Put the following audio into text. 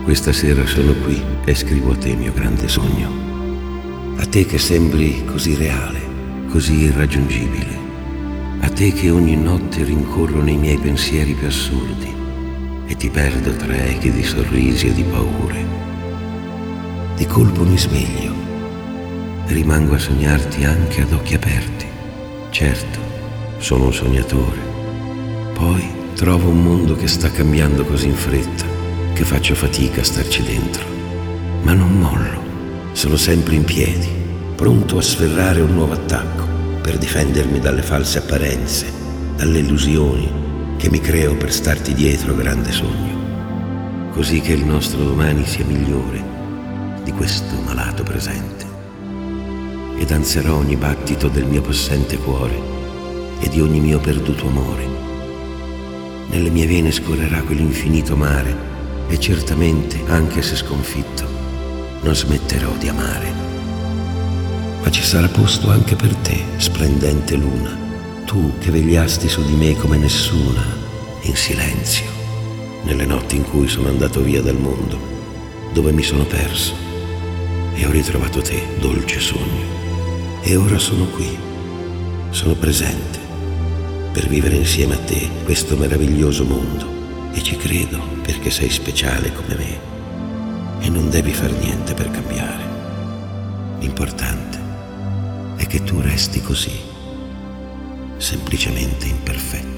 Questa sera sono qui e scrivo a te il mio grande sogno. A te che sembri così reale, così irraggiungibile. A te che ogni notte rincorro nei miei pensieri più assurdi e ti perdo tra echi di sorrisi e di paure. Di colpo mi sveglio e rimango a sognarti anche ad occhi aperti. Certo, sono un sognatore. Poi trovo un mondo che sta cambiando così in fretta che faccio fatica a starci dentro. Ma non mollo, sono sempre in piedi, pronto a sferrare un nuovo attacco per difendermi dalle false apparenze, dalle illusioni che mi creo per starti dietro, grande sogno. Così che il nostro domani sia migliore di questo malato presente. E danzerò ogni battito del mio possente cuore e di ogni mio perduto amore. Nelle mie vene scorrerà quell'infinito mare e certamente, anche se sconfitto, non smetterò di amare. Ma ci sarà posto anche per te, splendente luna, tu che vegliasti su di me come nessuna, in silenzio, nelle notti in cui sono andato via dal mondo, dove mi sono perso, e ho ritrovato te, dolce sogno. E ora sono qui, sono presente, per vivere insieme a te questo meraviglioso mondo. E ci credo perché sei speciale come me e non devi far niente per cambiare. L'importante è che tu resti così, semplicemente imperfetto.